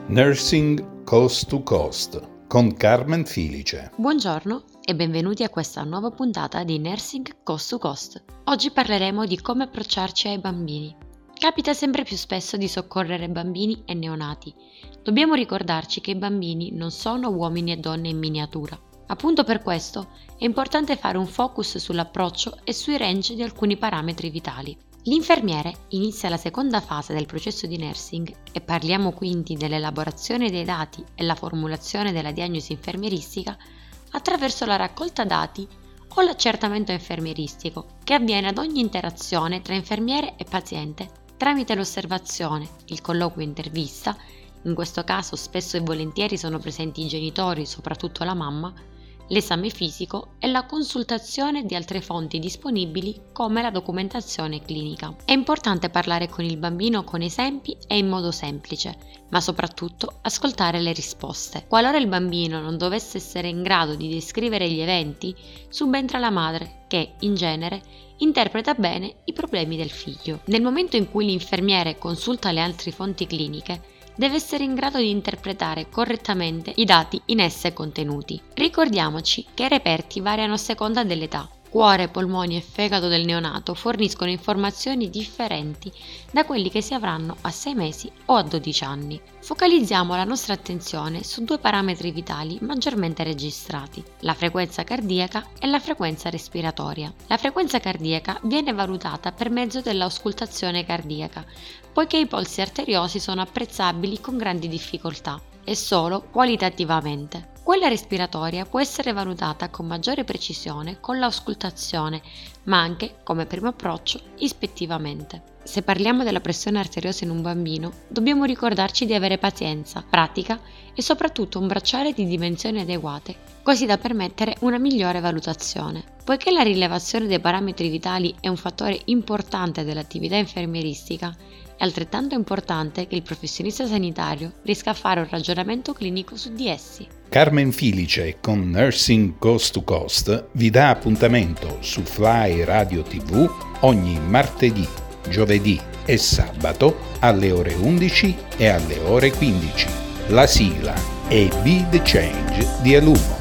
Nursing Coast to Coast con Carmen Filice. Buongiorno e benvenuti a questa nuova puntata di Nursing Coast to Coast. Oggi parleremo di come approcciarci ai bambini. Capita sempre più spesso di soccorrere bambini e neonati. Dobbiamo ricordarci che i bambini non sono uomini e donne in miniatura. Appunto per questo è importante fare un focus sull'approccio e sui range di alcuni parametri vitali. L'infermiere inizia la seconda fase del processo di nursing e parliamo quindi dell'elaborazione dei dati e la formulazione della diagnosi infermieristica attraverso la raccolta dati o l'accertamento infermieristico che avviene ad ogni interazione tra infermiere e paziente tramite l'osservazione, il colloquio intervista, in questo caso spesso e volentieri sono presenti i genitori, soprattutto la mamma, l'esame fisico e la consultazione di altre fonti disponibili come la documentazione clinica. È importante parlare con il bambino con esempi e in modo semplice, ma soprattutto ascoltare le risposte. Qualora il bambino non dovesse essere in grado di descrivere gli eventi, subentra la madre che, in genere, interpreta bene i problemi del figlio. Nel momento in cui l'infermiere consulta le altre fonti cliniche, deve essere in grado di interpretare correttamente i dati in esse contenuti. Ricordiamoci che i reperti variano a seconda dell'età. Cuore, polmoni e fegato del neonato forniscono informazioni differenti da quelli che si avranno a 6 mesi o a 12 anni. Focalizziamo la nostra attenzione su due parametri vitali maggiormente registrati, la frequenza cardiaca e la frequenza respiratoria. La frequenza cardiaca viene valutata per mezzo dell'auscultazione cardiaca, poiché i polsi arteriosi sono apprezzabili con grandi difficoltà e solo qualitativamente. Quella respiratoria può essere valutata con maggiore precisione con l'auscultazione, ma anche, come primo approccio, ispettivamente. Se parliamo della pressione arteriosa in un bambino, dobbiamo ricordarci di avere pazienza, pratica e soprattutto un bracciale di dimensioni adeguate, così da permettere una migliore valutazione. Poiché la rilevazione dei parametri vitali è un fattore importante dell'attività infermieristica, è altrettanto importante che il professionista sanitario riesca a fare un ragionamento clinico su di essi. Carmen Filice con Nursing Coast to Coast vi dà appuntamento su Fly Radio TV ogni martedì, giovedì e sabato alle ore 11 e alle ore 15. La sigla è Be the Change di Alumo.